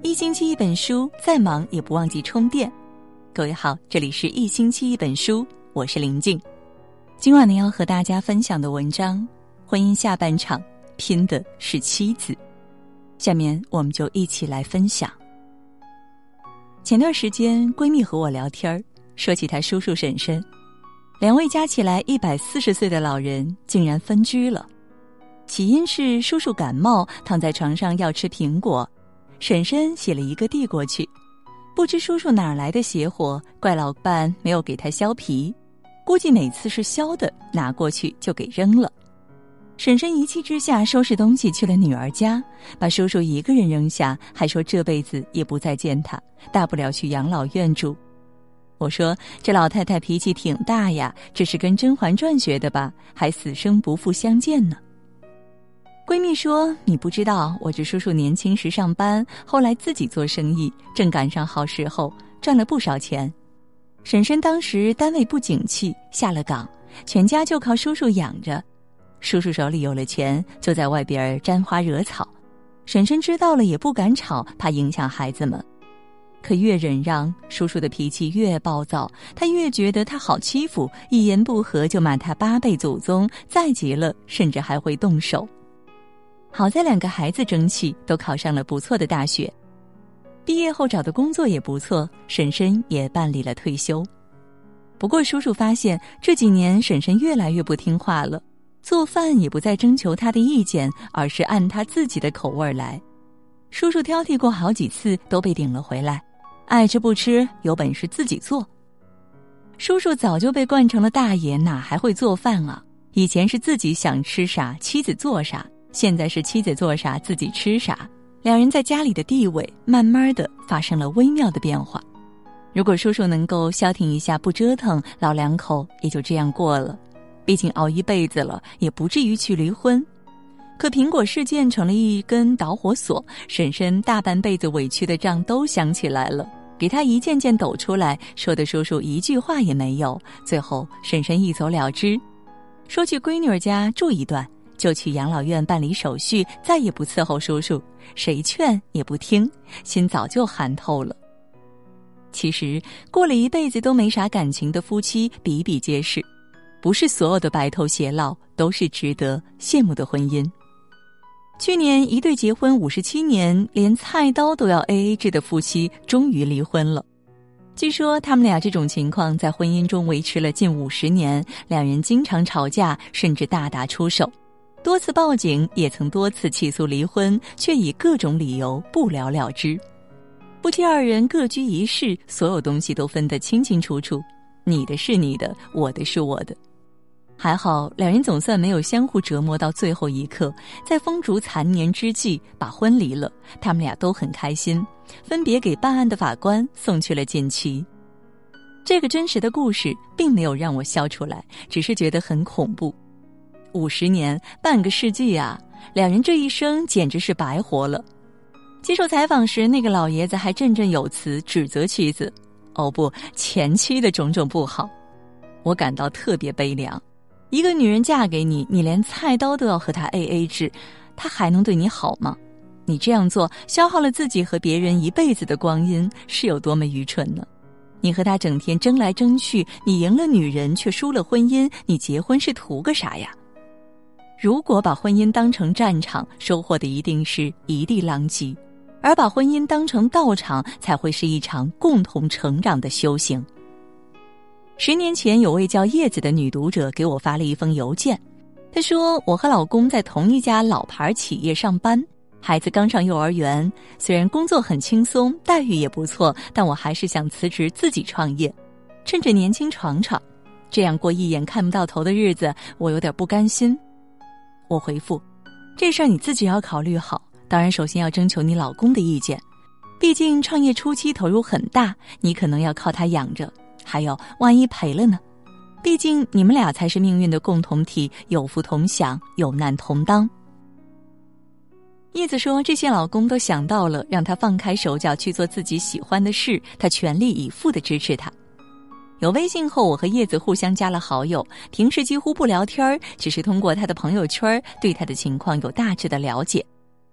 一星期一本书，再忙也不忘记充电。各位好，这里是一星期一本书，我是林静。今晚呢，要和大家分享的文章，婚姻下半场拼的是妻子。下面我们就一起来分享。前段时间闺蜜和我聊天，说起她叔叔婶婶，两位加起来140岁的老人竟然分居了。起因是叔叔感冒，躺在床上要吃苹果，婶婶洗了一个递过去，不知叔叔哪来的邪火，怪老伴没有给他削皮，估计每次是削的，拿过去就给扔了。婶婶一气之下收拾东西去了女儿家，把叔叔一个人扔下，还说这辈子也不再见他，大不了去养老院住。我说这老太太脾气挺大呀，这是跟《甄嬛传》学的吧，还死生不复相见呢。闺蜜说，你不知道，我这叔叔年轻时上班，后来自己做生意，正赶上好时候，赚了不少钱。婶婶当时单位不景气，下了岗，全家就靠叔叔养着。叔叔手里有了钱，就在外边沾花惹草，婶婶知道了也不敢吵，怕影响孩子们。可越忍让，叔叔的脾气越暴躁，他越觉得他好欺负，一言不合就骂他8辈祖宗，再急了甚至还会动手。好在2个孩子争气，都考上了不错的大学，毕业后找的工作也不错，婶婶也办理了退休。不过叔叔发现这几年婶婶越来越不听话了，做饭也不再征求他的意见，而是按他自己的口味来。叔叔挑剔过好几次，都被顶了回来，爱吃不吃，有本事自己做。叔叔早就被惯成了大爷，哪还会做饭啊？以前是自己想吃啥妻子做啥，现在是妻子做啥自己吃啥，两人在家里的地位慢慢的发生了微妙的变化。如果叔叔能够消停一下不折腾，老两口也就这样过了，毕竟熬一辈子了，也不至于去离婚。可苹果事件成了一根导火索，婶婶大半辈子委屈的账都想起来了，给他一件件抖出来，说的叔叔一句话也没有。最后婶婶一走了之，说去闺女家住一段，就去养老院办理手续，再也不伺候叔叔，谁劝也不听，心早就寒透了。其实过了一辈子都没啥感情的夫妻比比皆是，不是所有的白头偕老都是值得羡慕的婚姻。去年一对结婚57年连菜刀都要 AA 制的夫妻终于离婚了。据说他们俩这种情况在婚姻中维持了近50年，两人经常吵架，甚至大打出手，多次报警，也曾多次起诉离婚，却以各种理由不了了之。夫妻2人各居一室，所有东西都分得清清楚楚，你的是你的，我的是我的。还好两人总算没有相互折磨到最后一刻，在风烛残年之际把婚离了，他们俩都很开心，分别给办案的法官送去了锦旗。这个真实的故事并没有让我笑出来，只是觉得很恐怖。50年，半个世纪啊，两人这一生简直是白活了。接受采访时，那个老爷子还振振有词指责妻子，哦不，前妻的种种不好。我感到特别悲凉。一个女人嫁给你，你连菜刀都要和她 AA 制，她还能对你好吗？你这样做消耗了自己和别人一辈子的光阴，是有多么愚蠢呢？你和她整天争来争去，你赢了女人却输了婚姻，你结婚是图个啥呀？如果把婚姻当成战场，收获的一定是一地狼藉，而把婚姻当成道场，才会是一场共同成长的修行。10年前，有位叫叶子的女读者给我发了一封邮件，她说，我和老公在同一家老牌企业上班，孩子刚上幼儿园，虽然工作很轻松，待遇也不错，但我还是想辞职自己创业，趁着年轻闯闯，这样过一眼看不到头的日子，我有点不甘心。我回复，这事儿你自己要考虑好，当然首先要征求你老公的意见，毕竟创业初期投入很大，你可能要靠他养着，还有万一赔了呢？毕竟你们俩才是命运的共同体，有福同享，有难同当。叶子说，这些老公都想到了，让他放开手脚去做自己喜欢的事，他全力以赴地支持他。有微信后，我和叶子互相加了好友，平时几乎不聊天，只是通过他的朋友圈对他的情况有大致的了解。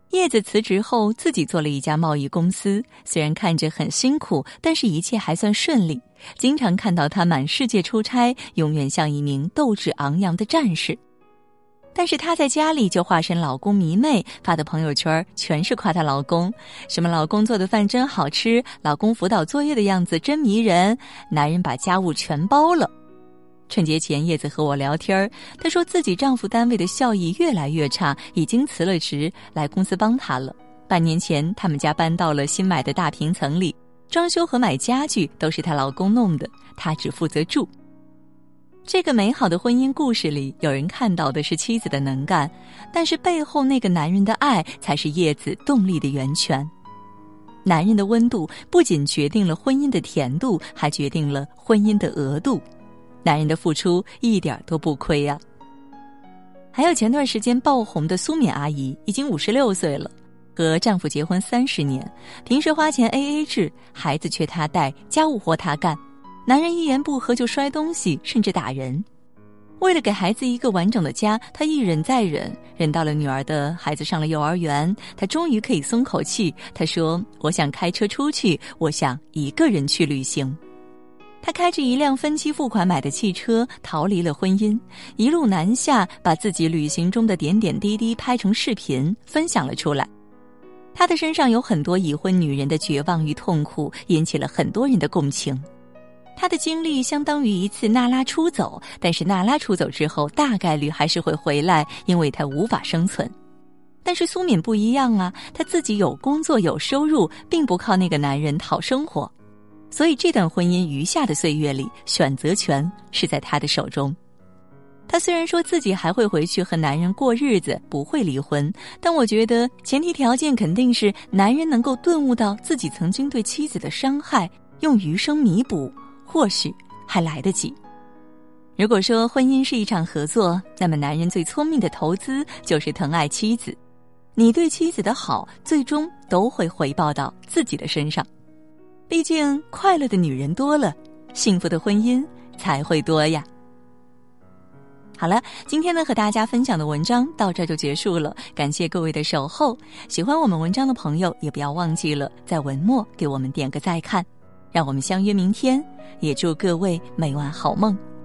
叶子辞职后自己做了一家贸易公司，虽然看着很辛苦，但是一切还算顺利。经常看到她满世界出差，永远像一名斗志昂扬的战士。但是她在家里就化身老公迷妹，发的朋友圈全是夸她老公，什么老公做的饭真好吃，老公辅导作业的样子真迷人，男人把家务全包了。春节前，叶子和我聊天，她说自己丈夫单位的效益越来越差，已经辞了职，来公司帮她了。半年前，他们家搬到了新买的大平层里，装修和买家具都是她老公弄的，她只负责住。这个美好的婚姻故事里，有人看到的是妻子的能干，但是背后那个男人的爱才是叶子动力的源泉。男人的温度不仅决定了婚姻的甜度，还决定了婚姻的额度。男人的付出一点都不亏啊。还有前段时间爆红的苏敏阿姨，已经56岁了，和丈夫结婚30年，平时花钱 AA 制，孩子缺她带，家务活她干，男人一言不合就摔东西，甚至打人。为了给孩子一个完整的家，她一忍再忍，忍到了女儿的孩子上了幼儿园，她终于可以松口气。她说：我想开车出去，我想一个人去旅行。她开着一辆分期付款买的汽车，逃离了婚姻，一路南下，把自己旅行中的点点滴滴拍成视频，分享了出来。她的身上有很多已婚女人的绝望与痛苦，引起了很多人的共情。她的经历相当于一次娜拉出走，但是娜拉出走之后，大概率还是会回来，因为她无法生存。但是苏敏不一样啊，她自己有工作有收入，并不靠那个男人讨生活。所以这段婚姻余下的岁月里，选择权是在她的手中。她虽然说自己还会回去和男人过日子，不会离婚，但我觉得前提条件肯定是男人能够顿悟到自己曾经对妻子的伤害，用余生弥补，或许还来得及。如果说婚姻是一场合作，那么男人最聪明的投资就是疼爱妻子。你对妻子的好，最终都会回报到自己的身上。毕竟快乐的女人多了，幸福的婚姻才会多呀。好了，今天呢和大家分享的文章到这就结束了，感谢各位的守候。喜欢我们文章的朋友，也不要忘记了在文末给我们点个再看。让我们相约明天，也祝各位每晚好梦。